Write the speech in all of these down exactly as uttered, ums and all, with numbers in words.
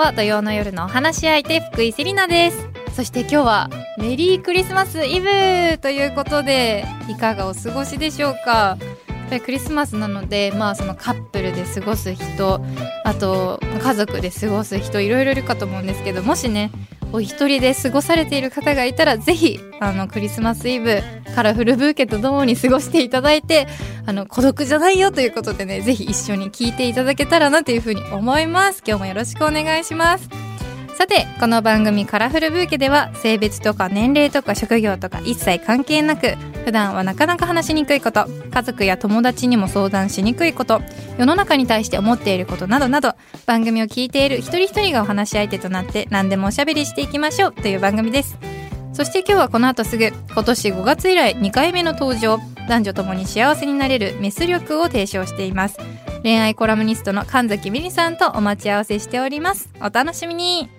と土曜の夜のお話し相手福井セリナです。そして今日はメリークリスマスイブということで、いかがお過ごしでしょうか。やっぱりクリスマスなので、まあそのカップルで過ごす人、あと家族で過ごす人、いろいろいるかと思うんですけど、もしねお一人で過ごされている方がいたら、ぜひあのクリスマスイブカラフルブーケとともに過ごしていただいて、あの孤独じゃないよということでね、ぜひ一緒に聞いていただけたらなというふうに思います。今日もよろしくお願いします。さて、この番組カラフルブーケでは、性別とか年齢とか職業とか一切関係なく、普段はなかなか話しにくいこと、家族や友達にも相談しにくいこと、世の中に対して思っていることなどなど、番組を聞いている一人一人がお話し相手となって何でもおしゃべりしていきましょうという番組です。そして今日はこの後すぐ、今年ごがつ以来にかいめの登場、男女ともに幸せになれるメス力を提唱しています。恋愛コラムニストの神崎美里さんとお待ち合わせしております。お楽しみに。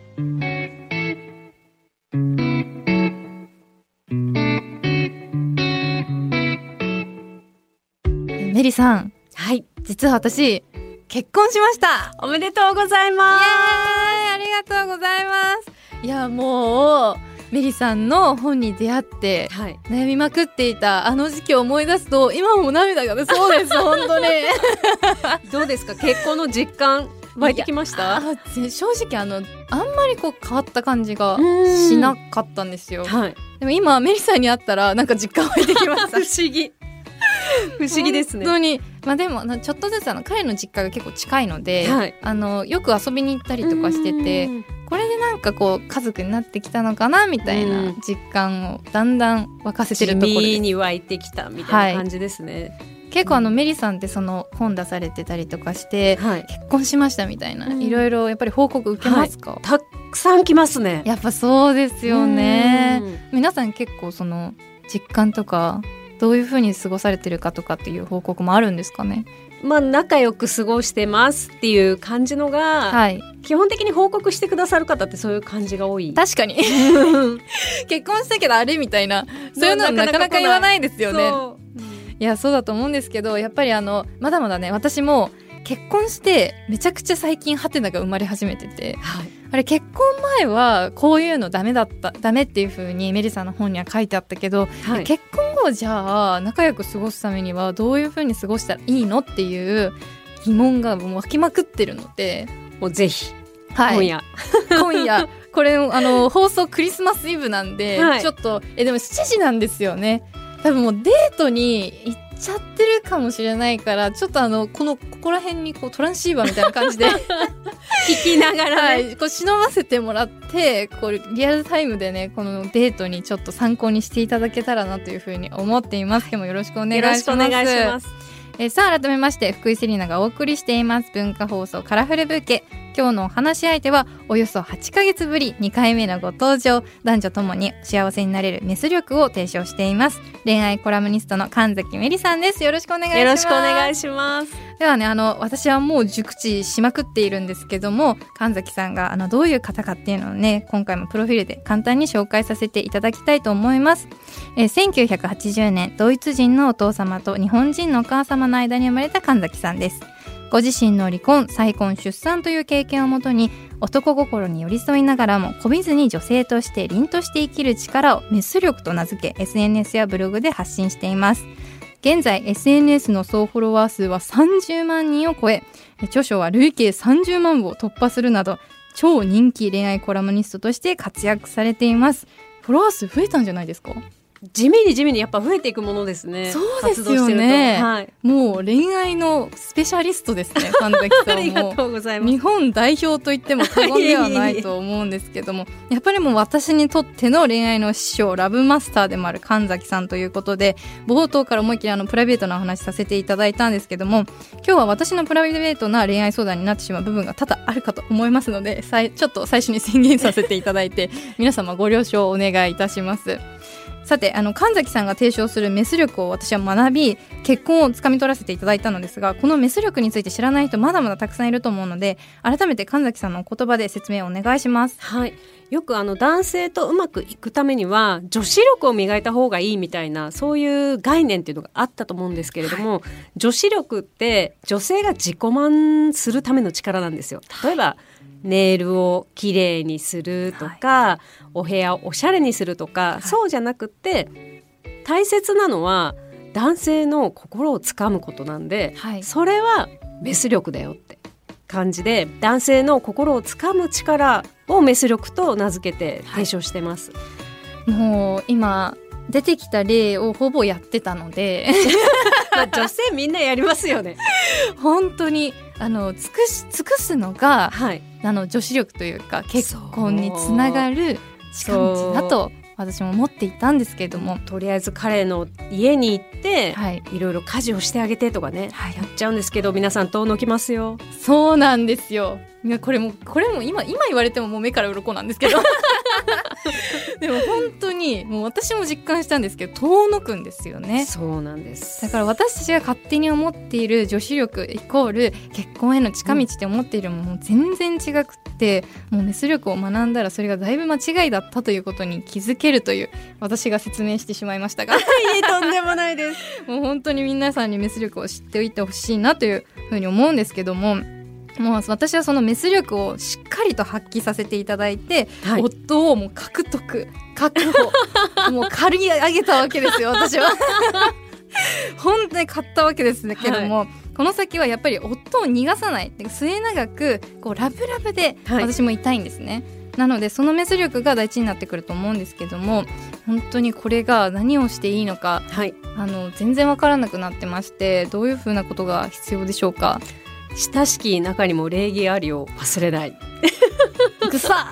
メリさん、 はい、 実は私結婚しました。 おめでとうございます。 イエーイ、ありがとうございます。いや、もうメリさんの本に出会って、はい、悩みまくっていたあの時期を思い出すと今も涙が出そうです本当にどうですか、結婚の実感湧いてきました？ 正直あのあんまりこう変わった感じがしなかったんですよ、はい、でも今メリさんに会ったらなんか実感湧いてきました不思議不思議ですね。 本当に、まあ、でもちょっとずつあの彼の実家が結構近いので、はい、あのよく遊びに行ったりとかしてて、これでなんかこう家族になってきたのかなみたいな実感をだんだん沸かせてるところです。 地味に湧いてきたみたいな感じですね、はい。 結構あのメリさんってその本出されてたりとかして、はい、結婚しましたみたいな、いろいろやっぱり報告受けますか？はい、 たくさん来ますね。 やっぱそうですよね。皆さん結構その実感とかどういう風に過ごされてるかとかっていう報告もあるんですかね？ まあ、仲良く過ごしてますっていう感じのが、はい、基本的に報告してくださる方ってそういう感じが多い。確かに結婚したけどあれみたいな、そういうのはなかなか言わないですよね。いや、そうだと思うんですけど、やっぱりあのまだまだね、私も結婚してめちゃくちゃ最近ハテナが生まれ始めてて、はい、あれ結婚前はこういうのダメだったダメっていう風にメリさんの本には書いてあったけど、はい、結婚後じゃあ仲良く過ごすためにはどういう風に過ごしたらいいのっていう疑問がもう湧きまくってるので、 もうぜひ、 はい、 今夜今夜これあの放送クリスマスイブなんで、はい、ちょっとえでもしちじなんですよね。多分もうデートに行っちゃってるかもしれないから、ちょっとあのこのここら辺にこうトランシーバーみたいな感じで聞きながら、ね、 はい、こう忍ばせてもらって、こうリアルタイムでねこのデートにちょっと参考にしていただけたらなというふうに思っています。今日もよろしくお願いします。 よろしくお願いします。 えー、さあ改めまして福井セリナがお送りしています文化放送カラフルブーケ。今日のお話し相手はおよそはちかげつぶりにかいめのご登場、男女ともに幸せになれるメス力を提唱しています恋愛コラムニストの神崎美里さんです。よろしくお願いします。 よろしくお願いします。 ではね、あの私はもう熟知しまくっているんですけども、神崎さんがあのどういう方かっていうのをね、今回もプロフィールで簡単に紹介させていただきたいと思います。えー、せんきゅうひゃくはちじゅうねん、ドイツ人のお父様と日本人のお母様の間に生まれた神崎さんです。ご自身の離婚、再婚、出産という経験をもとに、男心に寄り添いながらもこびずに女性として凛として生きる力をメス力と名付け、 エスエヌエス やブログで発信しています。現在 エスエヌエス の総フォロワー数はさんじゅうまんにんを超え、著書は累計さんじゅうまんぶを突破するなど、超人気恋愛コラムニストとして活躍されています。フォロワー数増えたんじゃないですか？ 地味に地味にやっぱ増えていくものですね。 そうですよね、はい、もう恋愛のスペシャリストですね神崎さんもありがとうございます。 日本代表といっても過言ではないと思うんですけどもやっぱりもう私にとっての恋愛の師匠、ラブマスターでもある神崎さんということで、冒頭から思いっきりあのプライベートなお話させていただいたんですけども、今日は私のプライベートな恋愛相談になってしまう部分が多々あるかと思いますので、さいちょっと最初に宣言させていただいて皆様ご了承お願いいたします。さて、あの神崎さんが提唱するメス力を私は学び、結婚をつかみ取らせていただいたのですが、このメス力について知らない人まだまだたくさんいると思うので、改めて神崎さんの言葉で説明をお願いします。 はい、よくあの男性とうまくいくためには女子力を磨いた方がいいみたいな、そういう概念っていうのがあったと思うんですけれども、はい、女子力って女性が自己満するための力なんですよ。例えばネイルをきれいにするとか、はい、お部屋をおしゃれにするとか、はい、そうじゃなくて大切なのは男性の心をつかむことなんで、はい、それはメス力だよって感じで、男性の心をつかむ力をメス力と名付けて提唱してます、はい、 もう今出てきた例をほぼやってたのでまあ女性みんなやりますよね本当にあの尽くし尽くすのが、 はい、 あの女子力というか結婚につながる近道だと私も思っていたんですけれども、 とりあえず彼の家に行って、 はい、 いろいろ家事をしてあげてとかね、 はい、 やっちゃうんですけど、皆さん遠のきますよ。 そうなんですよ。いやこれもこれも今今言われてももう目から鱗なんですけどでも本当にもう私も実感したんですけど、遠のくんですよね。 そうなんです。 だから私たちが勝手に思っている女子力イコール結婚への近道って思っているものも全然違くって、うん、もうメス力を学んだらそれがだいぶ間違いだったということに気づけるという私が説明してしまいましたがいいとんでもないですもう本当に皆さんにメス力を知っておいてほしいなというふうに思うんですけども、もう私はそのメス力をしっかりと発揮させていただいて、はい、夫をもう獲得確保もう借り上げたわけですよ私は本当に買ったわけですけども、はい、この先はやっぱり夫を逃がさない末永くこうラブラブで私もいたいんですね、はい、なのでそのメス力が大事になってくると思うんですけども、本当にこれが何をしていいのか、はい、あの全然わからなくなってまして、どういうふうなことが必要でしょうか。 親しき中にも礼儀ありを忘れないぐさ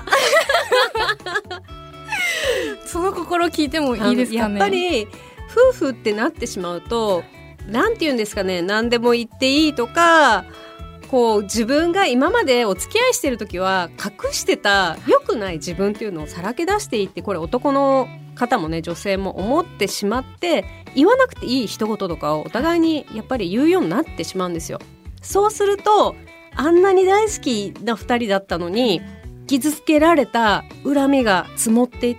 その心聞いてもいいですかね。 やっぱり夫婦ってなってしまうと、なんて言うんですかね、何でも言っていいとか、こう自分が今までお付き合いしてる時は隠してた良くない自分っていうのをさらけ出していって、これ男の方もね女性も思ってしまって、言わなくていい一言とかをお互いにやっぱり言うようになってしまうんですよ。そうするとあんなに大好きなふたりだったのに傷つけられた恨みが積もっていって、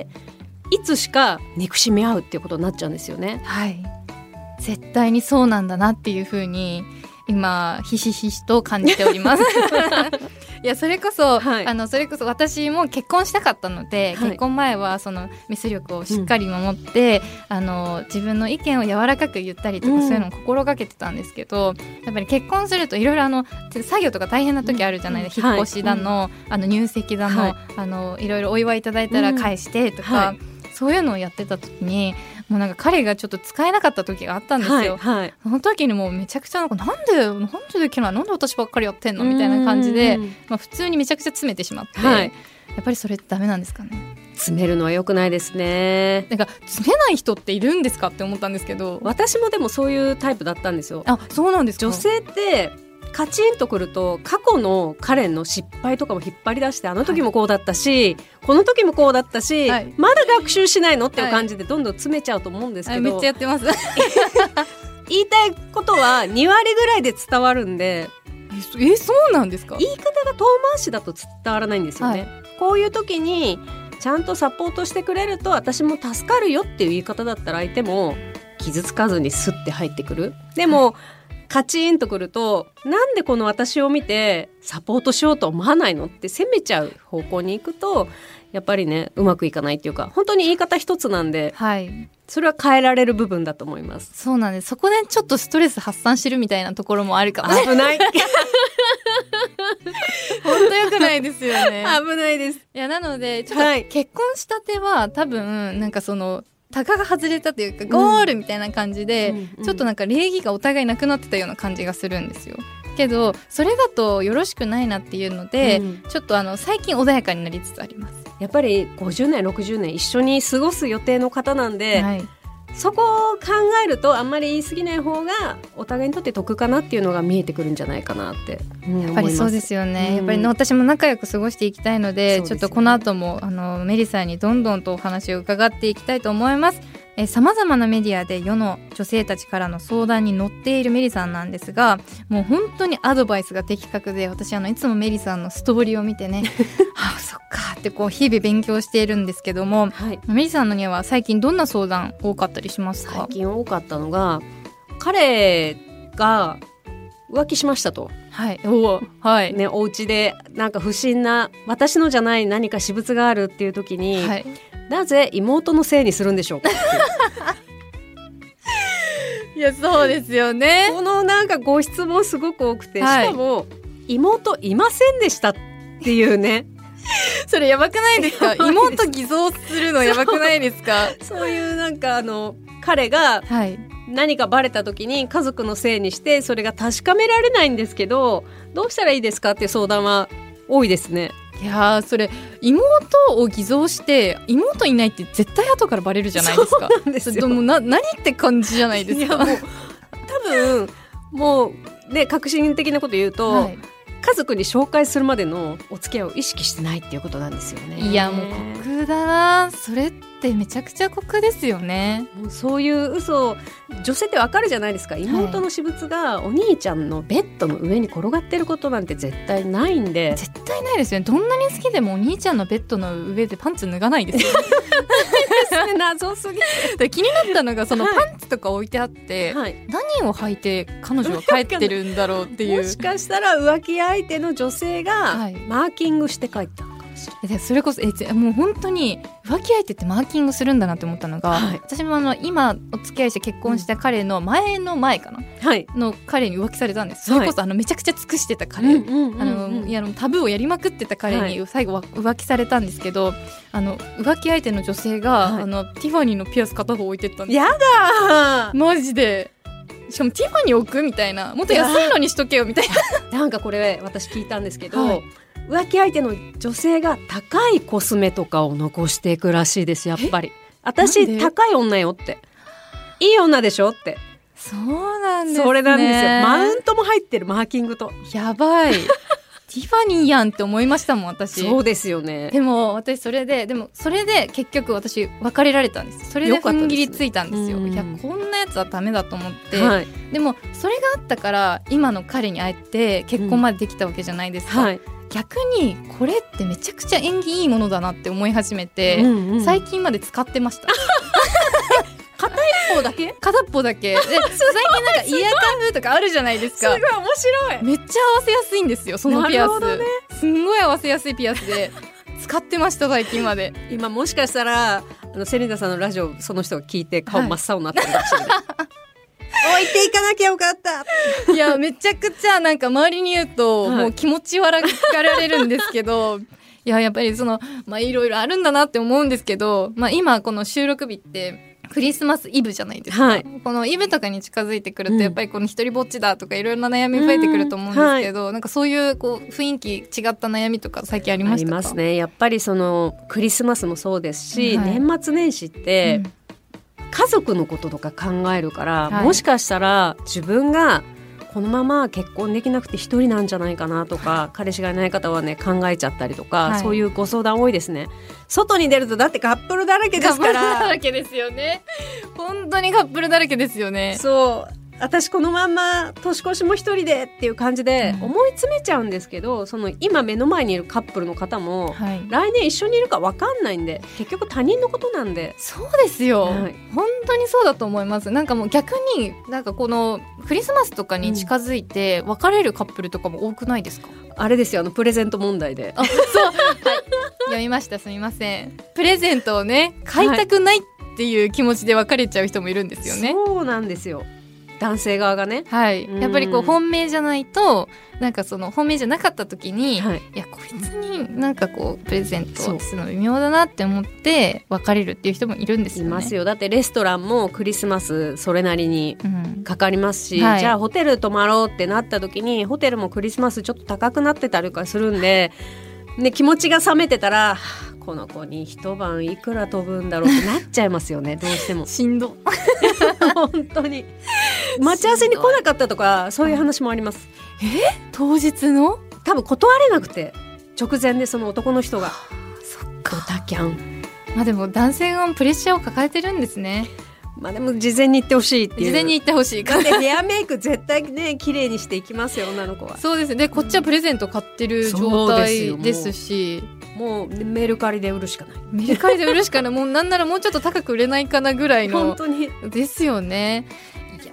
いつしか憎しみ合うっていうことになっちゃうんですよね。 はい、絶対にそうなんだなっていうふうに今ひしひしと感じておりますいやそれこそ、はい、あのそれこそ私も結婚したかったので、はい、結婚前はそのメス力をしっかり守って、うん、あの自分の意見を柔らかく言ったりとか、うん、そういうのを心がけてたんですけど、やっぱり結婚するといろいろあの作業とか大変な時あるじゃないですか、うん、引っ越しだの、はい、あの入籍だの、はい、あのいろいろお祝いいただいたら返してとか、うんはい、そういうのをやってた時にもうなんか彼がちょっと使えなかった時があったんですよ、はいはい、その時にもうめちゃくちゃなんかなんでなんでできないなんで私ばっかりやってんのみたいな感じで、まあ、普通にめちゃくちゃ詰めてしまって、はい、やっぱりそれってダメなんですかね。 詰めるのは良くないですね。 なんか詰めない人っているんですかって思ったんですけど、 私もでもそういうタイプだったんですよ。 あ、そうなんですか。 女性ってカチンとくると過去の彼の失敗とかも引っ張り出して、あの時もこうだったし、はい、この時もこうだったし、はい、まだ学習しないのっていう感じでどんどん詰めちゃうと思うんですけど、 はい、めっちゃやってます言いたいことはにわりぐらいで伝わるんで。 ええ、そうなんですか。 言い方が遠回しだと伝わらないんですよね、はい、こういう時にちゃんとサポートしてくれると私も助かるよっていう言い方だったら相手も傷つかずにスッて入ってくる。でも、はい、カチンとくるとなんでこの私を見てサポートしようと思わないのって責めちゃう方向に行くとやっぱりねうまくいかないっていうか、本当に言い方一つなんで、はい、それは変えられる部分だと思います。 そうなんです。そこでちょっとストレス発散してるみたいなところもあるかも、ね、 危ない本当良くないですよね危ないです。 いやなのでちょっと結婚したては多分なんかそのタガが外れたというかゴールみたいな感じで、うん、ちょっとなんか礼儀がお互いなくなってたような感じがするんですよ。けどそれだとよろしくないなっていうので、うん、ちょっとあの最近穏やかになりつつあります。 やっぱりごじゅうねんろくじゅうねん一緒に過ごす予定の方なんで、はい、そこを考えるとあんまり言い過ぎない方がお互いにとって得かなっていうのが見えてくるんじゃないかなって、うん、 やっぱりそうですよね、うん、やっぱり私も仲良く過ごしていきたいの で, で、ね、ちょっとこの後もあのメリさんにどんどんとお話を伺っていきたいと思います。さまざまなメディアで世の女性たちからの相談に乗っているメリさんなんですが、もう本当にアドバイスが的確で、私あのいつもメリさんのストーリーを見てねあそっかってこう日々勉強しているんですけども、はい、メリさんのには最近どんな相談多かったりしますか？ 最近多かったのが彼が浮気しましたと、 はい、おはいね、お家でなんか不審な私のじゃない何か私物があるっていう時に、はい、なぜ妹のせいにするんでしょうかいやそうですよね。 このなんかご質問すごく多くて、はい、しかも妹いませんでしたっていうねそれやばくないですか？妹偽造するのやばくないですか？ そう、そういうなんかあの彼が何かバレた時に家族のせいにしてそれが確かめられないんですけどどうしたらいいですかっていう相談は多いですね。 いやそれ妹を偽造して妹いないって絶対後からバレるじゃないですか。 そうなんですよ。 でもな何って感じじゃないですか。 いやもう多分もうね革新的なこと言うと、はい、家族に紹介するまでのお付き合いを意識してないっていうことなんですよね。 いやもう酷だな。それってめちゃくちゃ酷ですよね。 もうそういう嘘女性ってわかるじゃないですか。妹の私物がお兄ちゃんのベッドの上に転がってることなんて絶対ないんで。 絶対ないですよね。どんなに好きでもお兄ちゃんのベッドの上でパンツ脱がないですよね謎すぎて気になったのがそのパンツとか置いてあって、はい、何を履いて彼女は帰ってるんだろうっていうもしかしたら浮気相手の女性がマーキングして帰ったのかもしれない、 はい、それこそえもう本当に浮気相手ってマーキングするんだなって思ったのが、はい、私もあの今お付き合いして結婚した彼の前の前かな、はい、の彼に浮気されたんです。それこそあのめちゃくちゃ尽くしてた彼、はい、あのいやタブーをやりまくってた彼に最後は浮気されたんですけど、あの浮気相手の女性が、はい、あのティファニーのピアス片方置いてったんです。 やだマジで。しかもティファニー置くみたいな、もっと安いのにしとけよみたいななんかこれ私聞いたんですけど、はい、浮気相手の女性が高いコスメとかを残していくらしいです。やっぱり私高い女よって、いい女でしょって。 そうなんですね。 それなんですよ。マウントも入ってるマーキングと。 やばいティファニーやんって思いましたもん私。 そうですよね。 でも私それででもそれで結局私別れられたんです。それで踏ん切りついたんですよ。いやこんなやつはダメだと思って、はい、でもそれがあったから今の彼に会えて結婚までできたわけじゃないですか、うんはい、逆にこれってめちゃくちゃ縁起いいものだなって思い始めて、うんうん、最近まで使ってました片一方だけ片っぽだけで最近なんかイヤカフとかあるじゃないですか。 すごい面白い。 めっちゃ合わせやすいんですよそのピアス、ね、すんごい合わせやすいピアスで使ってました最近まで。 今もしかしたらあのセリナさんのラジオその人が聞いて顔真っ青になってるかもしれない、はい置いていかなきゃよかった。 いやめちゃくちゃなんか周りに言うと、はい、もう気持ち悪がられるんですけどいややっぱりそのまあいろいろあるんだなって思うんですけど、まあ、今この収録日ってクリスマスイブじゃないですか、はい、このイブとかに近づいてくるとやっぱりこの一人ぼっちだとかいろいろな悩み増えてくると思うんですけど、うんはい、なんかそういうこう雰囲気違った悩みとか最近ありましたか？ ありますね。やっぱりそのクリスマスもそうですし、はい、年末年始って、うん家族のこととか考えるから、はい、もしかしたら自分がこのまま結婚できなくて一人なんじゃないかなとか、はい、彼氏がいない方はね考えちゃったりとか、はい、そういうご相談多いですね。外に出るとだってカップルだらけですから。 カップルだらけですよね。本当にカップルだらけですよね。 そう私このまんま年越しも一人でっていう感じで思い詰めちゃうんですけど、うん、その今目の前にいるカップルの方も、はい、来年一緒にいるか分かんないんで結局他人のことなんで。 そうですよ、はい、本当にそうだと思います。なんかもう逆になんかこのクリスマスとかに近づいて別れるカップルとかも多くないですか？ うん、あれですよあのプレゼント問題で。 あそう、はい、読みましたすみません。プレゼントをね買いたくないっていう気持ちで別れちゃう人もいるんですよね、 はい、そうなんですよ男性側がね、 はい、やっぱりこう本命じゃないとなんかその本命じゃなかった時に、はい、いやこいつになんかこうプレゼントするの微妙だなって思って別れるっていう人もいるんですよね。 いますよ。だってレストランもクリスマスそれなりにかかりますし、うんはい、じゃあホテル泊まろうってなった時にホテルもクリスマスちょっと高くなってたりとかするんで、ね、気持ちが冷めてたらこの子に一晩いくら飛ぶんだろうってなっちゃいますよねどうしても。 しんど本当に待ち合わせに来なかったとかそういう話もあります。 え当日の多分断れなくて直前でその男の人がそっかドタキャン。 まあでも男性はプレッシャーを抱えてるんですね。 まあでも事前に言ってほしいっていう。 事前に言ってほしいだってヘアメイク絶対ね綺麗にしていきますよ女の子は。 そうですね。こっちはプレゼント買ってる状態ですし、 もうメルカリで売るしかない。 メルカリで売るしかない。もうなんならもうちょっと高く売れないかなぐらいの本当にですよね。いや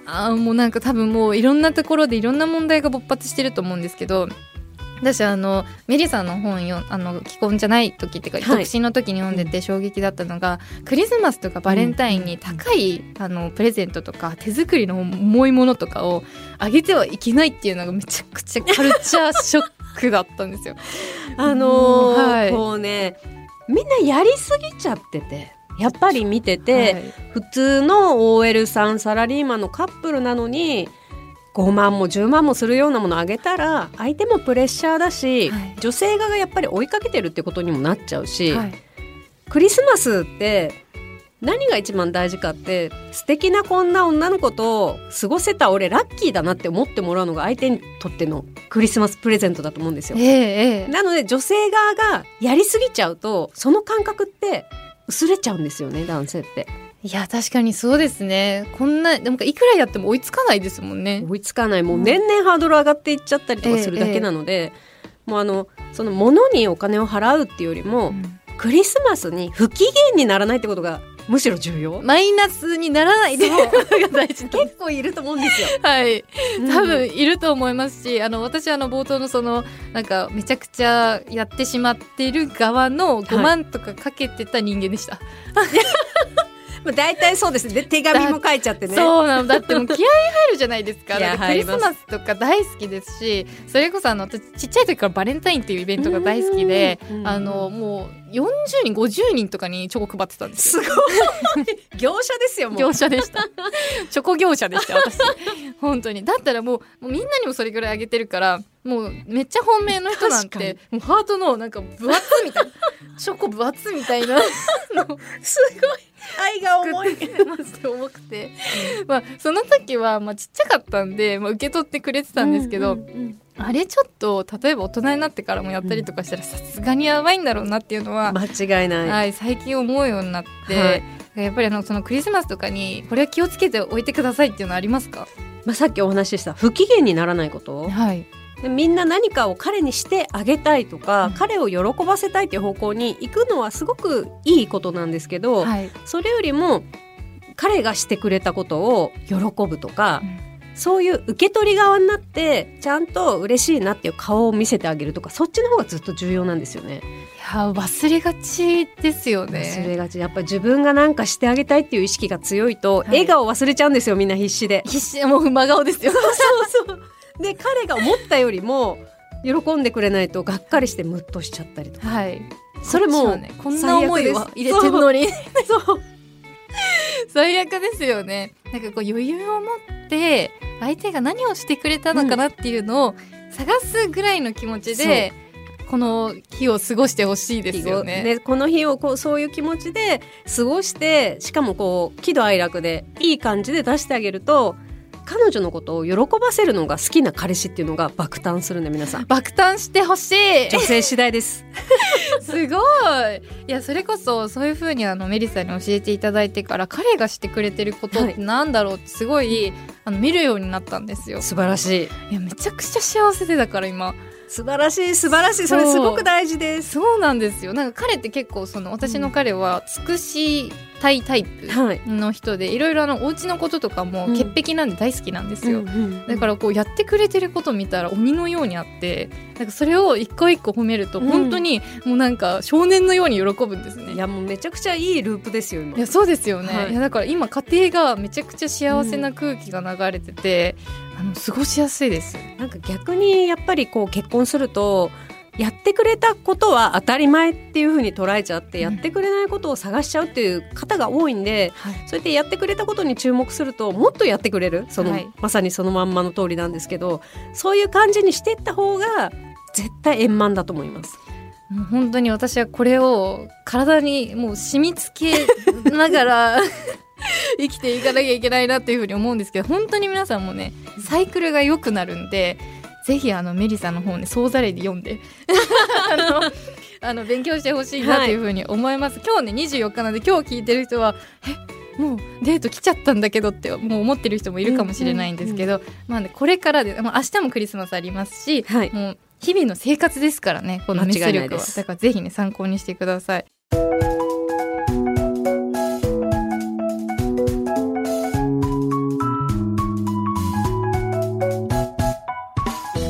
あもうなんか多分もういろんなところでいろんな問題が勃発してると思うんですけど、私あのメリーさんの本よあの既婚じゃない時っていうか、はい、独身の時に読んでて衝撃だったのが、クリスマスとかバレンタインに高い、うん、あのプレゼントとか手作りの重いものとかをあげてはいけないっていうのがめちゃくちゃカルチャーショックだったんですよ。 あのーはい、こうねみんなやりすぎちゃってて、やっぱり見てて、はい、普通の オーエル さんサラリーマンのカップルなのにごまんもじゅうまんもするようなものあげたら相手もプレッシャーだし、はい、女性側がやっぱり追いかけてるってことにもなっちゃうし、はい、クリスマスって何が一番大事かって、素敵なこんな女の子と過ごせた俺ラッキーだなって思ってもらうのが相手にとってのクリスマスプレゼントだと思うんですよ、えー、なので女性側がやりすぎちゃうとその感覚って薄れちゃうんですよね、男性って。 いや確かにそうですね。こんなでもいくらやっても追いつかないですもんね。 追いつかない、もう年々ハードル上がっていっちゃったりとかするだけなので、えーえー、もうあのその物にお金を払うっていうよりも、うん、クリスマスに不機嫌にならないってことがむしろ重要。 マイナスにならないでが大事結構いると思うんですよ。 はい多分いると思いますし、あの私あの冒頭のそのなんかめちゃくちゃやってしまってる側のごまんとかかけてた人間でした、はいだいたいそうですね。手紙も書いちゃってね。 そうなの。だってもう気合い入るじゃないですか。だってクリスマスとか大好きですし、それこそあのちっちゃい時からバレンタインっていうイベントが大好きで、あのもうよんじゅうにんごじゅうにんとかにチョコ配ってたんですよ。 すごい業者ですよ。もう業者でしたチョコ業者でした私本当に。だったらもう、もうみんなにもそれぐらいあげてるから、もうめっちゃ本命の人なんてもうハートのなんか分厚みたいなチョコ分厚みたいなすごい愛が重いマジで重くて、まあ、その時はまあちっちゃかったんで、まあ、受け取ってくれてたんですけど、うんうんうん、あれちょっと例えば大人になってからもやったりとかしたらさすがにやばいんだろうなっていうのは間違いない、 はい、最近思うようになって、はい、やっぱりあのそのクリスマスとかにこれは気をつけておいてくださいっていうのはありますか？ まあ、さっきお話しした不機嫌にならないこと、はい、でみんな何かを彼にしてあげたいとか、うん、彼を喜ばせたいという方向に行くのはすごくいいことなんですけど、はい、それよりも彼がしてくれたことを喜ぶとか、うん、そういう受け取り側になってちゃんと嬉しいなっていう顔を見せてあげるとか、そっちの方がずっと重要なんですよね。 いや忘れがちですよね。 忘れがち。やっぱり自分が何かしてあげたいっていう意識が強いと、はい、笑顔忘れちゃうんですよ。みんな必死で必死もう真顔ですよそうそうそうで彼が思ったよりも喜んでくれないとがっかりしてムッとしちゃったりとか、はい、それも、ね、 こんな思いは入れてんのにそう最悪ですよね。なんかこう余裕を持って相手が何をしてくれたのかなっていうのを探すぐらいの気持ちで、うん、この日を過ごしてほしいですよ ね, ねこの日をこうそういう気持ちで過ごして、しかもこう喜怒哀楽でいい感じで出してあげると、彼女のことを喜ばせるのが好きな彼氏っていうのが爆誕するんで、皆さん爆誕してほしい。 女性次第ですすごい。いやそれこそそういう風にあのメリさんに教えていただいてから、彼がしてくれてることってなんだろうってすごい、はい、あの見るようになったんですよ。 素晴らしい。 いやめちゃくちゃ幸せで、だから今素晴らしい素晴らしい。それすごく大事です。 そうなんですよ。なんか彼って結構その私の彼は尽くしたいタイプの人で、はい、いろいろあのお家のこととかも潔癖なんで大好きなんですよ、うんうんうん、だからこうやってくれてること見たら鬼のようにあって、なんかそれを一個一個褒めると本当にもうなんか少年のように喜ぶんですね、 うん、いやもうめちゃくちゃいいループですよ今。 いやそうですよね、はい、いやだから今家庭がめちゃくちゃ幸せな空気が流れてて、うん、あの過ごしやすいです。 なんか逆にやっぱりこう結婚するとやってくれたことは当たり前っていう風に捉えちゃって、やってくれないことを探しちゃうっていう方が多いんで、はい、そうやってやってくれたことに注目するともっとやってくれる、その、はい、まさにそのまんまの通りなんですけど、そういう感じにしていった方が絶対円満だと思います。 もう本当に私はこれを体にもう染み付けながら生きていかなきゃいけないなっていう風に思うんですけど、本当に皆さんもねサイクルが良くなるんで、ぜひあのメリさんの方ね総ざれで読んであのあの勉強してほしいなというふうに思います、はい、今日ねにじゅうよっかなんで、今日聞いてる人はえもうデート来ちゃったんだけどってもう思ってる人もいるかもしれないんですけど、うんうんうん、まあね、これからで、まあ、明日もクリスマスありますし、はい、もう日々の生活ですからね、この熱力は。だからぜひね参考にしてください。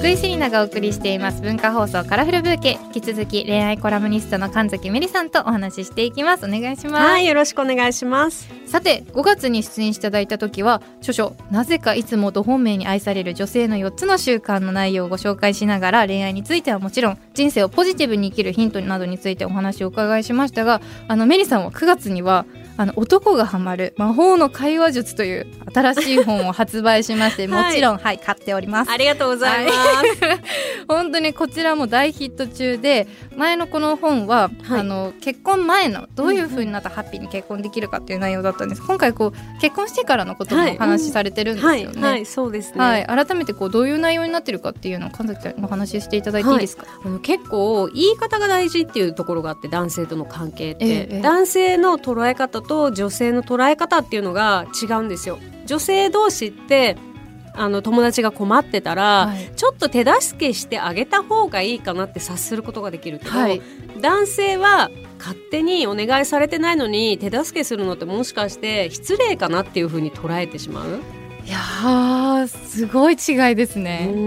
福井セリナがお送りしています文化放送カラフルブーケ、引き続き恋愛コラムニストの神崎メリさんとお話ししていきます。お願いします。 はい、よろしくお願いします。 さてごがつに出演していただいた時は著書なぜかいつもど本命に愛される女性のよっつの習慣の内容をご紹介しながら、恋愛についてはもちろん人生をポジティブに生きるヒントなどについてお話をお伺いしましたが、あのメリさんはくがつにはあの男がハマる魔法の会話術という新しい本を発売しましてもちろん、はいはい、買っております。 ありがとうございます、 はい、本当にこちらも大ヒット中で、前のこの本は、はい、あの結婚前のどういう風になったらハッピーに結婚できるかっていう内容だったんです。今回こう結婚してからのこともお話しされてるんですよね。 はい、はいはい、そうですね、 はい、改めてこうどういう内容になってるかっていうのを神崎さんのお話ししていただいていいですか。 はい、あの結構言い方が大事っていうところがあって、男性との関係って、ええ、男性の捉え方と女性の捉え方っていうのが違うんですよ。女性同士ってあの友達が困ってたら、はい、ちょっと手助けしてあげた方がいいかなって察することができるけど、はい、男性は勝手にお願いされてないのに手助けするのってもしかして失礼かなっていう風に捉えてしまう。 いやーすごい違いですね。 うん、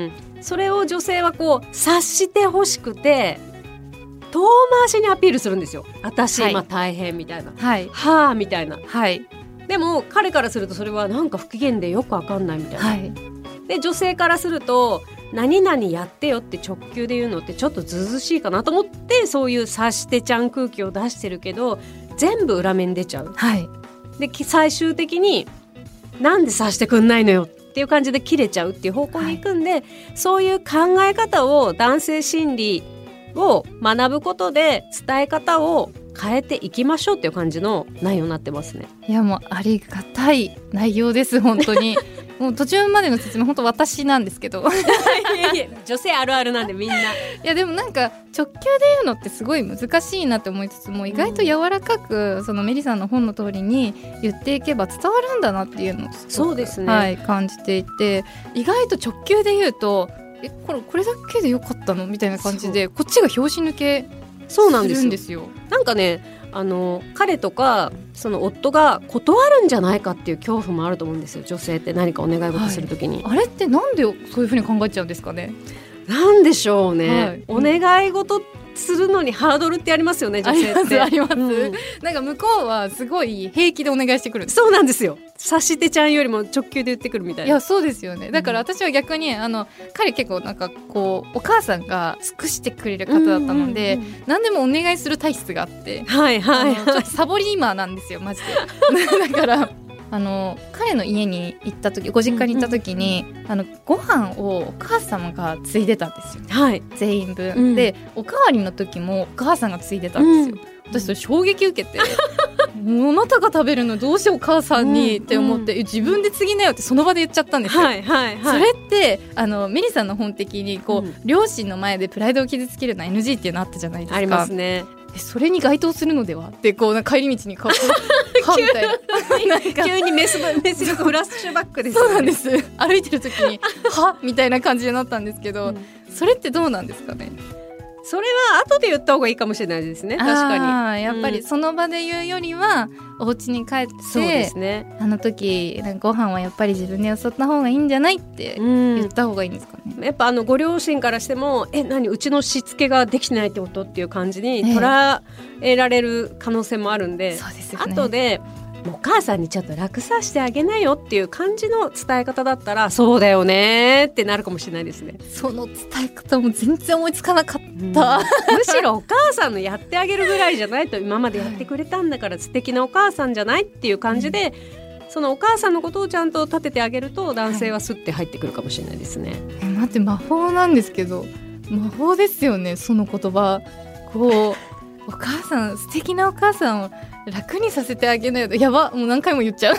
それを女性はこう察してほしくて遠回しにアピールするんですよ。私、はい、今大変みたいな、はい、はあみたいな、はい、でも彼からするとそれはなんか不機嫌でよくわかんないみたいな、はい、で女性からすると何々やってよって直球で言うのってちょっとずうずうしいかなと思って、そういう察してちゃん空気を出してるけど全部裏面出ちゃう、はい、で最終的になんで察してくんないのよっていう感じで切れちゃうっていう方向に行くんで、はい、そういう考え方を男性心理を学ぶことで伝え方を変えていきましょうっていう感じの内容になってますね。 いやもうありがたい内容です本当にもう途中までの説明本当私なんですけどいやいや女性あるあるなんでみんな。いやでもなんか直球で言うのってすごい難しいなって思いつつも、意外と柔らかくそのメリさんの本の通りに言っていけば伝わるんだなっていうのをそうですね、 はい、感じていて、意外と直球で言うとえこれ、これだけでよかったのみたいな感じでこっちが拍子抜けするんですよ。 なんかね、あの彼とかその夫が断るんじゃないかっていう恐怖もあると思うんですよ。女性って何かお願い事するときに、 はい、あれってなんでそういうふうに考えちゃうんですかね。 なんでしょうね、はい、お願い事するのにハードルってありますよね、女性って。 ありますあります、うん、なんか向こうはすごい平気でお願いしてくるんです。 そうなんですよ。察してちゃんよりも直球で言ってくるみたいな。 いやそうですよね。だから私は逆にあの彼結構なんかこうお母さんが尽くしてくれる方だったので、うんうんうん、何でもお願いする体質があって、はいはいはい、ちょっとサボリーマーなんですよマジでだからあの彼の家に行った時、ご実家に行った時に、うんうん、あのご飯をお母様がついでたんですよ、はい、全員分、うん、でおかわりの時もお母さんがついでたんですよ、うん、私それ衝撃受けてもうあなたが食べるのどうしてお母さんに、うん、って思って、自分で継ぎなよってその場で言っちゃったんですよ、はいはいはい、それってあのメリさんの本的にこう、うん、両親の前でプライドを傷つけるのは エヌジー っていうのあったじゃないですか。 ありますね。 それに該当するのではってこう帰り道にかみたいな急にメスメスフラッシュバックです、 ね、そうなんです。歩いてる時にはみたいな感じになったんですけど、うん、それってどうなんですかね。 それは後で言った方がいいかもしれないですね。確かにやっぱりその場で言うよりはお家に帰って、そうですね、あの時ご飯はやっぱり自分でよそった方がいいんじゃないって言った方がいいんですかね、 うん、やっぱあのご両親からしてもえ何うちのしつけができてないってことっていう感じに捉えられる可能性もあるんで、えーそうですよね、後でお母さんにちょっと楽させてあげなよっていう感じの伝え方だったらそうだよねってなるかもしれないですね。 その伝え方も全然思いつかなかった、うん、むしろお母さんのやってあげるぐらいじゃないと今までやってくれたんだから素敵なお母さんじゃないっていう感じで、うん、そのお母さんのことをちゃんと立ててあげると男性はスッて入ってくるかもしれないですね、はい、 え待って魔法なんですけど魔法ですよねその言葉。こうお母さん素敵なお母さんを楽にさせてあげないとやばもう何回も言っちゃう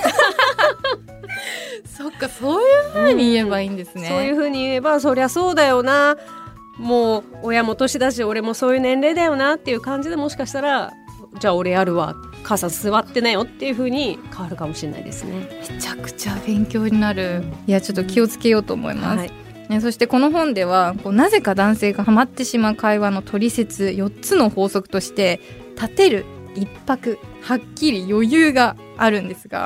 そっかそういう風に言えばいいんですね、 うん、そういう風に言えばそりゃそうだよなもう親も年だし俺もそういう年齢だよなっていう感じでもしかしたらじゃあ俺やるわ母さん座ってなよっていう風に変わるかもしれないですね。 めちゃくちゃ勉強になる。いやちょっと気をつけようと思います、はいね、そしてこの本ではこうなぜか男性がハマってしまう会話の取説よっつの法則として立てる一泊はっきり余裕があるんですが、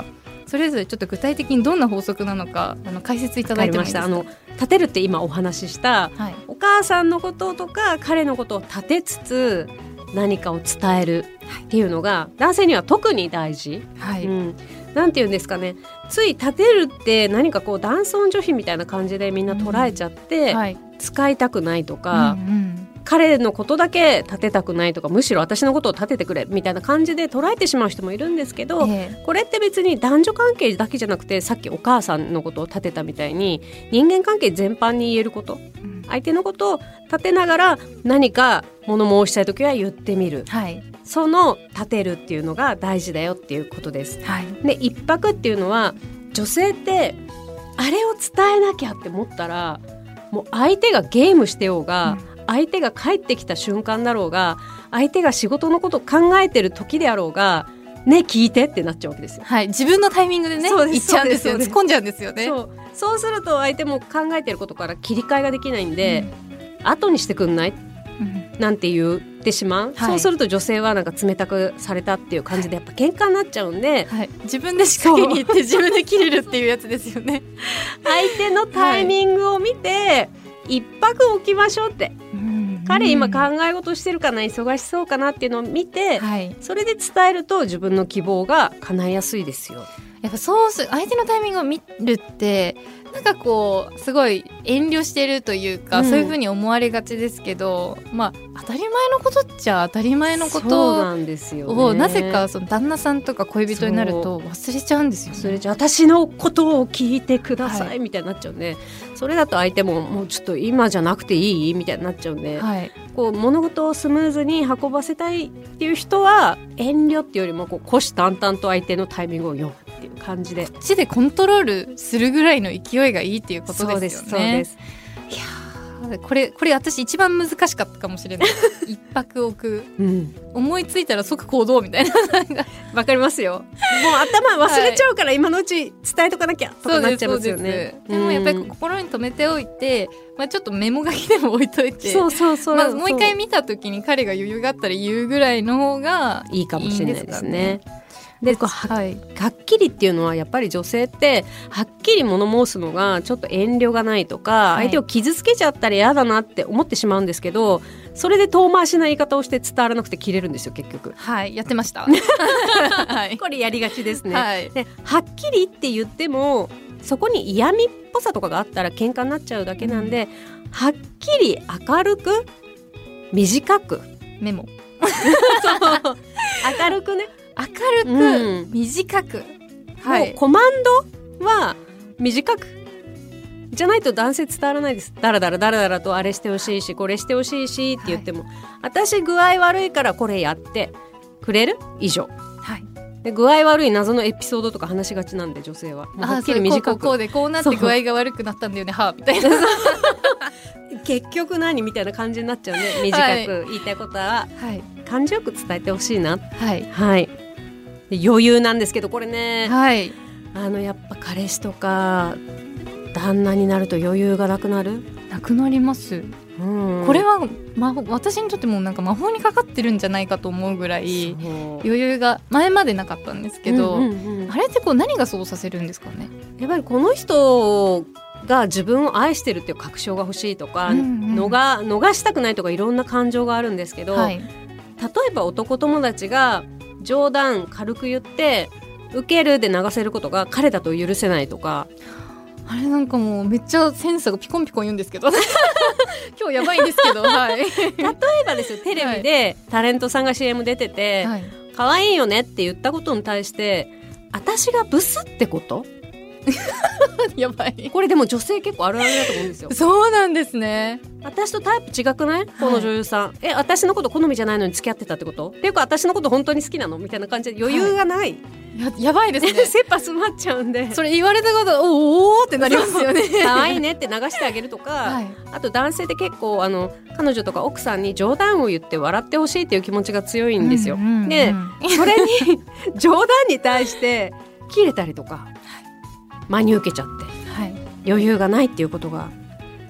それぞれちょっと具体的にどんな法則なのかあの解説いただいてもいいですか。 あの立てるって今お話しした、 はい、 お母さんのこととか彼のことを立てつつ何かを伝えるっていうのが男性には特に大事、 はい、 うん、なんていうんですかね、つい立てるって何かこう男尊女卑みたいな感じでみんな捉えちゃって、 うんはい、 使いたくないとか、 うんうん、 彼のことだけ立てたくないとか、むしろ私のことを立ててくれみたいな感じで捉えてしまう人もいるんですけど、 えー、 これって別に男女関係だけじゃなくて、さっきお母さんのことを立てたみたいに人間関係全般に言えること、うん、相手のことを立てながら何か物申したいときは言ってみる、 はい、 その立てるっていうのが大事だよっていうことです、 はい、 で一泊っていうのは女性ってあれを伝えなきゃって思ったらもう相手がゲームしてようが、うん、相手が帰ってきた瞬間だろうが、相手が仕事のことを考えてる時であろうがね、聞いてってなっちゃうわけですよ。 はい、自分のタイミングでね言っちゃうんですよ。突っ込んじゃうんですよね。 そう、そうすると相手も考えてることから切り替えができないんで、うん、後にしてくんない、うん、なんて言ってしまう、はい、そうすると女性はなんか冷たくされたっていう感じでやっぱ喧嘩になっちゃうんで、 はい、自分で仕掛けに行って自分で切れるっていうやつですよね。 相手のタイミングを見て、はい、一泊置きましょうって、うん、彼今考え事してるかな、忙しそうかなっていうのを見て、はい、それで伝えると自分の希望が叶いやすいですよ。 やっぱそうす相手のタイミングを見るってなんかこうすごい遠慮してるというか、うん、そういう風に思われがちですけど、まあ当たり前のことっちゃ当たり前のことをなんですよ、ね、 なぜかその旦那さんとか恋人になると忘れちゃうんですよね。 忘れちゃう、私のことを聞いてください、はい、みたいになっちゃうんで、それだと相手ももうちょっと今じゃなくていいみたいになっちゃうんで、はい、こう物事をスムーズに運ばせたいっていう人は遠慮っていうよりもこう虎視眈々と相手のタイミングを読むっていう感じで、 こっちでコントロールするぐらいの勢いがいいっていうことですよね。 そうですそうです。 いやこれこれ私一番難しかったかもしれない。一泊置く、うん、思いついたら即行動みたいな。 わかりますよ。もう頭忘れちゃうから今のうち伝えとかなきゃとかなっちゃいますよね。 でもやっぱり心に留めておいて、まあ、ちょっとメモ書きでも置いといて、 そうそうそう、 まあ、もう一回見た時に彼が余裕があったら言うぐらいの方がいいんですかね。 いいかもしれないですね。でこう は, はい、はっきりっていうのはやっぱり女性ってはっきり物申すのがちょっと遠慮がないとか、はい、相手を傷つけちゃったら嫌だなって思ってしまうんですけど、それで遠回しな言い方をして伝わらなくて切れるんですよ結局。 はいやってました、 はい、これやりがちですね、はい、ではっきりって言ってもそこに嫌味っぽさとかがあったら喧嘩になっちゃうだけなんで、うん、はっきり明るく短くメモそう明るくね明るく短く、うんはい、もうコマンドは短くじゃないと男性伝わらないです。だらだらだらだらとあれしてほしいしこれしてほしいしって言っても、はい、私具合悪いからこれやってくれる以上、はい、で具合悪い謎のエピソードとか話しがちなんで女性はもうはっきり短く、 こうこうこうでこうなって具合が悪くなったんだよねはみたいな結局何みたいな感じになっちゃうね。短く言いたいことは、はい、感じよく伝えてほしいな、はいはい、余裕なんですけどこれね、はい、あのやっぱ彼氏とか旦那になると余裕がなくなるなくなります、うん、これは、ま、私にとってもなんか魔法にかかってるんじゃないかと思うぐらい余裕が前までなかったんですけど、うんうんうん、あれってこう何がそうさせるんですかね。 やっぱりこの人が自分を愛してるっていう確証が欲しいとか、うんうん、逃, 逃したくないとかいろんな感情があるんですけど、はい、例えば男友達が冗談軽く言って受けるで流せることが彼だと許せないとか、 あれなんかもうめっちゃセンサーがピコンピコン言うんですけど今日やばいんですけど、はい、例えばですよテレビでタレントさんが シーエム 出てて、はい、可愛いよねって言ったことに対して私がブスってことやばい。 これでも女性結構あるあるだと思うんですよ。 そうなんですね。 私とタイプ違くない、この女優さん、はい、え私のこと好みじゃないのに付き合ってたってことっていうか私のこと本当に好きなのみたいな感じで余裕がない、はい、 や, やばいですね切羽詰まっちゃうんでそれ言われたことおーってなりますよね。 可愛いねって流してあげるとか、はい、あと男性って結構あの彼女とか奥さんに冗談を言って笑ってほしいっていう気持ちが強いんですよ、うんうんうん、でそれに冗談に対して切れたりとか真に受けちゃって、はい、余裕がないっていうことが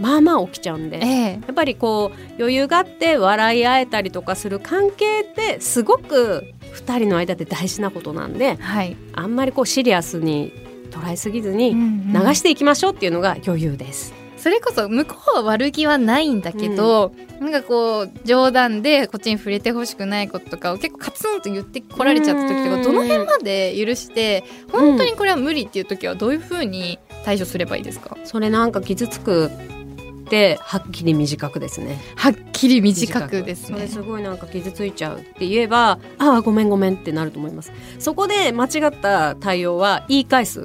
まあまあ起きちゃうんで、 ええ、 やっぱりこう余裕があって笑い合えたりとかする関係ってすごくふたりの間で大事なことなんで、 はい、 あんまりこうシリアスに捉えすぎずに流していきましょうっていうのが余裕です、 うんうん、それこそ向こうは悪気はないんだけど、うん、なんかこう冗談でこっちに触れてほしくないこととかを結構カツンと言ってこられちゃった時とか、どの辺まで許して本当にこれは無理っていう時はどういうふうに対処すればいいですか？ それなんか傷つくってはっきり短くですね。 はっきり短くですね。 それすごいなんか傷ついちゃうって言えば、ああごめんごめんってなると思います。そこで間違った対応は言い返す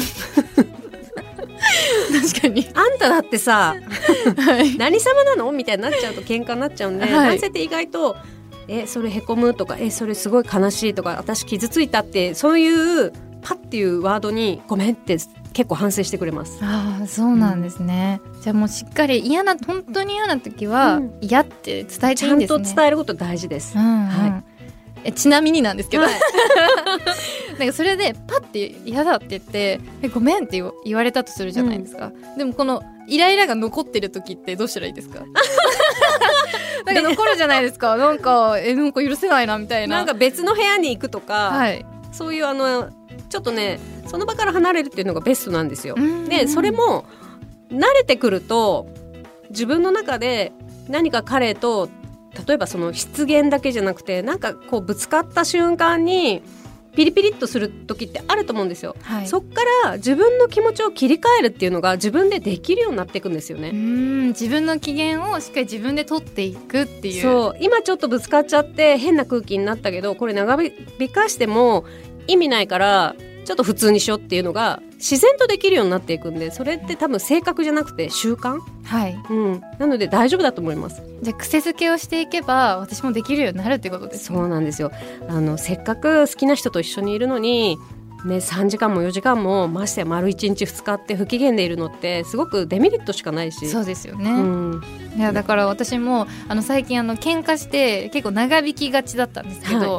確かにあんただってさ、はい、何様なのみたいになっちゃうと喧嘩になっちゃうんで、はい、男性って意外とえそれへこむとかえそれすごい悲しいとか私傷ついたってそういうパッっていうワードにごめんって結構反省してくれます。 ああそうなんですね、うん、じゃあもうしっかり嫌な本当に嫌な時は嫌って伝えていいんですね。 ちゃんと伝えること大事です、 うんうん、 はい、 えちなみになんですけど、 はい、 なんかそれでパッて嫌だって言ってえごめんって言われたとするじゃないですか、うん、でもこのイライラが残ってる時ってどうしたらいいですか？なんか残るじゃないですか。なんかえなんか許せないなみたいな。 なんか別の部屋に行くとか、 はい、 そういうあのちょっとねその場から離れるっていうのがベストなんですよ。でそれも慣れてくると自分の中で何か彼と例えばその失言だけじゃなくてなんかこうぶつかった瞬間にピリピリっとする時ってあると思うんですよ、はい、そっから自分の気持ちを切り替えるっていうのが自分でできるようになっていくんですよね。 うーん自分の機嫌をしっかり自分で取っていくっていう。 そう今ちょっとぶつかっちゃって変な空気になったけどこれ長引かしても意味ないからちょっと普通にしようっていうのが自然とできるようになっていくんで、それって多分性格じゃなくて習慣、 はいうん、 なので大丈夫だと思います。 じゃあ癖づけをしていけば私もできるようになるってことですね。 そうなんですよ。あのせっかく好きな人と一緒にいるのに、ね、さんじかんもよじかんもましてや丸いちにちふつかって不機嫌でいるのってすごくデメリットしかないし。 そうですよね、 うん、 いやだから私もあの最近あの喧嘩して結構長引きがちだったんですけど、はい、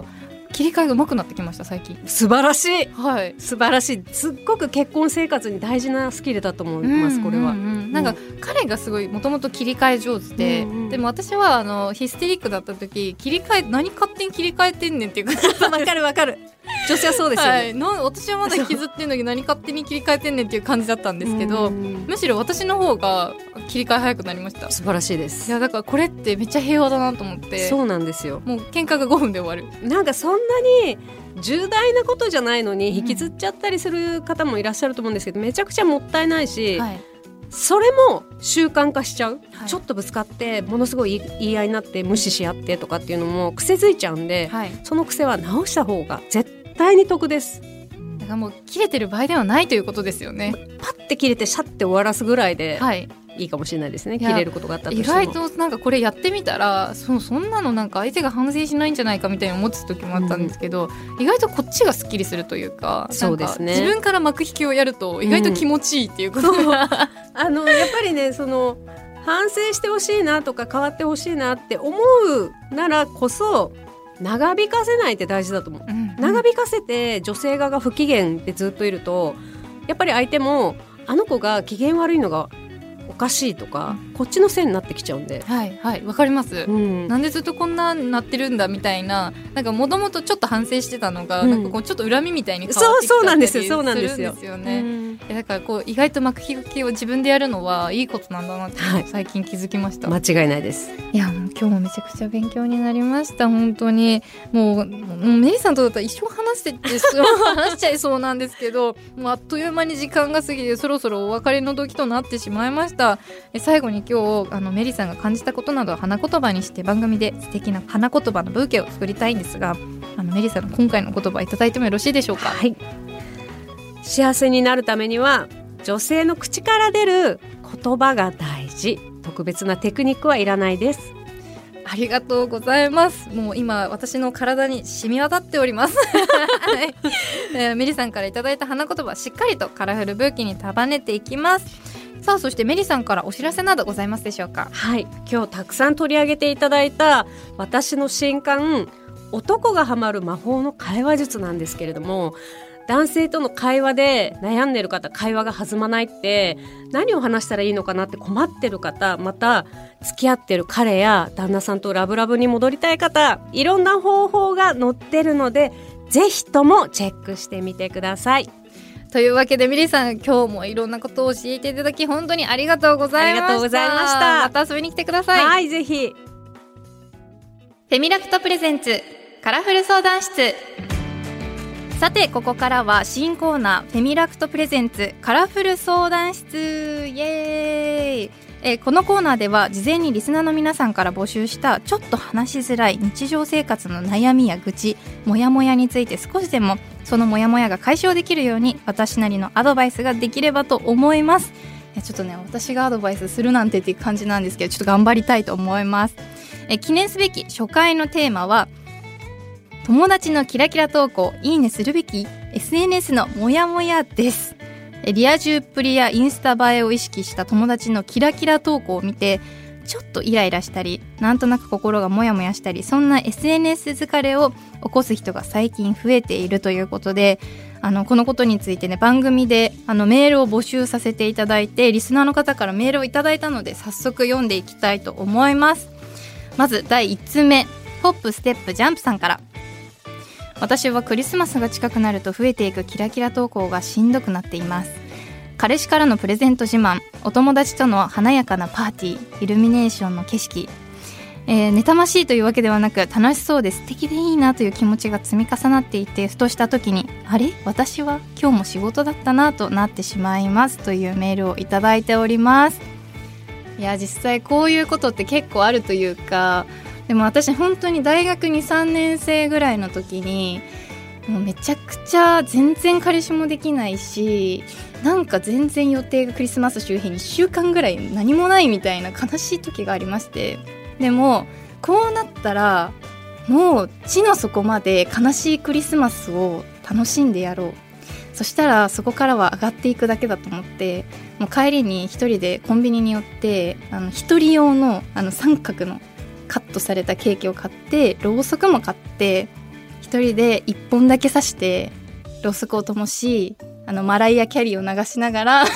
切り替えが上手くなってきました最近。 素晴らしい、 はい、 素晴らしい。すっごく結婚生活に大事なスキルだと思います、これは、うんうんうん、なんか彼がすごいもともと切り替え上手で、うんうん、でも私はあのヒステリックだった時切り替え何勝手に切り替えてんねんっていう感じわかるわかる女性はそうですよね、はい、 な私はまだ引きずってんのに何勝手に切り替えてんねんっていう感じだったんですけど、むしろ私の方が切り替え早くなりました。 素晴らしいです。 いやだからこれってめっちゃ平和だなと思って。 そうなんですよ。 もう喧嘩がごふんで終わる。 なんかそんなに重大なことじゃないのに引きずっちゃったりする方もいらっしゃると思うんですけど、めちゃくちゃもったいないし、はい、それも習慣化しちゃう、はい、ちょっとぶつかってものすごい言い合いになって無視し合ってとかっていうのも癖づいちゃうんで、はい、その癖は直した方が絶対に得です。 だからもう切れてる場合ではないということですよね。 パッて切れてシャッて終わらすぐらいで、 はい、 いいかもしれないですね。切れることがあったとしても。 意外となんかこれやってみたら そ, そんなのなんか相手が反省しないんじゃないかみたいに思ってた時もあったんですけど、うん、意外とこっちがスッキリするというか、 そうですね、 自分から幕引きをやると意外と気持ちいいっていうことが、うん、 あのやっぱりねその反省してほしいなとか変わってほしいなって思うならこそ長引かせないって大事だと思う、うんうん、長引かせて女性側が不機嫌でずっといるとやっぱり相手もあの子が機嫌悪いのがおかしいとか、うん、こっちのせいになってきちゃうんで。 はいはいわかります、うん、なんでずっとこんなになってるんだみたいな、なんかもともとちょっと反省してたのが、うん、なんかこうちょっと恨みみたいに変わってきちゃったりするんですよね、うん、だからこう意外と幕引きを自分でやるのはいいことなんだなって最近気づきました、 はい、間違いないです。 いやもう今日もめちゃくちゃ勉強になりました本当に。もう、もうメリーさんとだったら一生話してって話しちゃいそうなんですけどもうあっという間に時間が過ぎてそろそろお別れの時となってしまいました。え最後に今日あのメリーさんが感じたことなどを花言葉にして番組で素敵な花言葉のブーケを作りたいんですが、あのメリーさんの今回の言葉いただいてもよろしいでしょうか。 はい、幸せになるためには女性の口から出る言葉が大事。特別なテクニックはいらないです。 ありがとうございます。もう今私の体に染み渡っております、はいえー、メリさんからいただいた花言葉しっかりとカラフルブーケに束ねていきます。さあそしてメリさんからお知らせなどございますでしょうか。 はい、今日たくさん取り上げていただいた私の新刊男がハマる魔法の会話術なんですけれども、 男性との会話で悩んでる方、会話が弾まないって、何を話したらいいのかなって困ってる方、また付き合ってる彼や旦那さんとラブラブに戻りたい方、いろんな方法が載ってるので、ぜひともチェックしてみてください。 というわけでミリさん、今日もいろんなことを教えていただき本当にありがとうございました。 ありがとうございました。 また遊びに来てください。 はい、ぜひ。 フェミラクトプレゼンツカラフル相談室。さて、ここからは新コーナー、フェミラクトプレゼンツカラフル相談室。イエーイ。えー、このコーナーでは事前にリスナーの皆さんから募集したちょっと話しづらい日常生活の悩みや愚痴、モヤモヤについて少しでもそのモヤモヤが解消できるように私なりのアドバイスができればと思います。いやちょっとね、私がアドバイスするなんてっていう感じなんですけど、ちょっと頑張りたいと思います。え記念すべき初回のテーマは、友達のキラキラ投稿いいねするべき エスエヌエス のモヤモヤです。リア充っぷりやインスタ映えを意識した友達のキラキラ投稿を見てちょっとイライラしたり、なんとなく心がモヤモヤしたり、そんな エスエヌエス 疲れを起こす人が最近増えているということで、あのこのことについてね、番組であのメールを募集させていただいて、リスナーの方からメールをいただいたので早速読んでいきたいと思います。まずだいいちつめ、ホップステップジャンプさんから。私はクリスマスが近くなると増えていくキラキラ投稿がしんどくなっています。彼氏からのプレゼント自慢、お友達との華やかなパーティー、イルミネーションの景色、えー、妬ましいというわけではなく楽しそうで素敵でいいなという気持ちが積み重なっていて、ふとした時にあれ私は今日も仕事だったなとなってしまいますというメールをいただいております。いや実際こういうことって結構あるというか、でも私本当に大学に、さんねん生ぐらいの時にもうめちゃくちゃ全然彼氏もできないし、なんか全然予定がクリスマス周辺にいっしゅうかんぐらい何もないみたいな悲しい時がありまして、でもこうなったらもう地の底まで悲しいクリスマスを楽しんでやろう、そしたらそこからは上がっていくだけだと思って、もう帰りに一人でコンビニに寄って、あの一人用のあの三角のカットされたケーキを買って、ろうそくも買って、一人で一本だけ刺してろうそくを灯し、あのマライア・キャリーを流しながら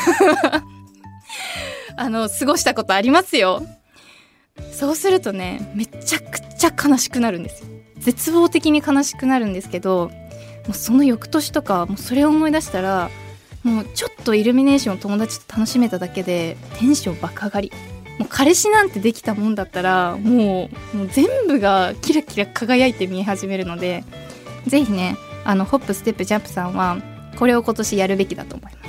あの過ごしたことありますよ。そうするとね、めちゃくちゃ悲しくなるんですよ。絶望的に悲しくなるんですけど、もうその翌年とかもうそれを思い出したら、もうちょっとイルミネーションを友達と楽しめただけでテンション爆上がり。もう彼氏なんてできたもんだったらもう、もう全部がキラキラ輝いて見え始めるので、ぜひね、あのホップステップジャンプさんはこれを今年やるべきだと思います。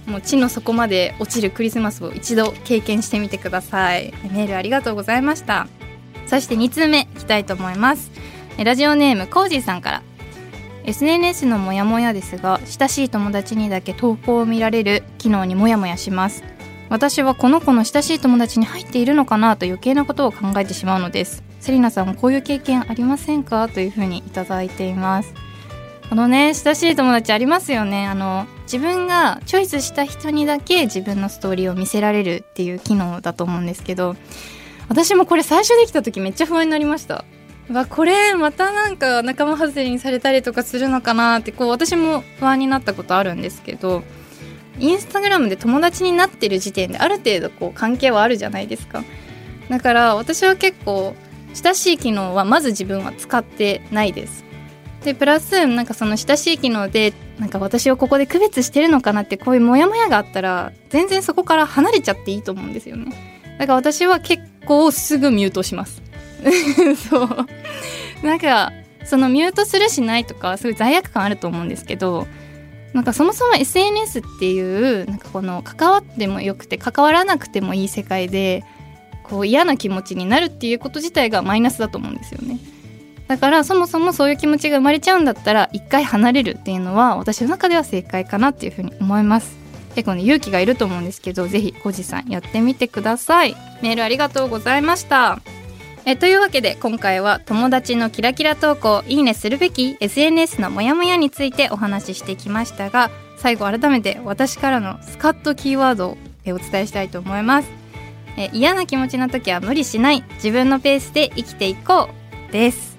もう地の底まで落ちるクリスマスを一度経験してみてください。メールありがとうございました。そしてにつうめいきたいと思います。ラジオネームコージーさんから。 エスエヌエス のモヤモヤですが、親しい友達にだけ投稿を見られる機能にモヤモヤします。私はこの子の親しい友達に入っているのかなと余計なことを考えてしまうのです。セリナさんもこういう経験ありませんかというふうにいただいています。あのね、親しい友達ありますよね。あの自分がチョイスした人にだけ自分のストーリーを見せられるっていう機能だと思うんですけど、私もこれ最初できた時めっちゃ不安になりました。わ、これまたなんか仲間外れにされたりとかするのかなって、こう私も不安になったことあるんですけど、インスタグラムで友達になってる時点である程度こう関係はあるじゃないですか。だから私は結構親しい機能はまず自分は使ってないです。でプラスなんかその親しい機能でなんか私をここで区別してるのかなって、こういうモヤモヤがあったら全然そこから離れちゃっていいと思うんですよね。だから私は結構すぐミュートしますそうなんかそのミュートするしないとかすごい罪悪感あると思うんですけど、なんかそもそも エスエヌエス っていうなんかこの関わってもよくて関わらなくてもいい世界でこう嫌な気持ちになるっていうこと自体がマイナスだと思うんですよね。だからそもそもそういう気持ちが生まれちゃうんだったら一回離れるっていうのは私の中では正解かなっていうふうに思います。結構ね勇気がいると思うんですけど、ぜひコジさんやってみてください。メールありがとうございました。えというわけで今回は友達のキラキラ投稿いいねするべき エスエヌエス のモヤモヤについてお話ししてきましたが、最後改めて私からのスカッとキーワードをお伝えしたいと思います。え嫌な気持ちの時は無理しない、自分のペースで生きていこうです。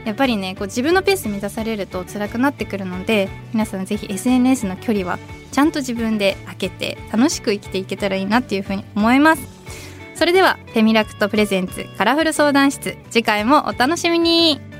やっぱりねこう自分のペースで満たされると辛くなってくるので、皆さんぜひ エスエヌエス の距離はちゃんと自分で空けて楽しく生きていけたらいいなっていうふうに思います。それではフェミラクトプレゼンツカラフル相談室、次回もお楽しみに。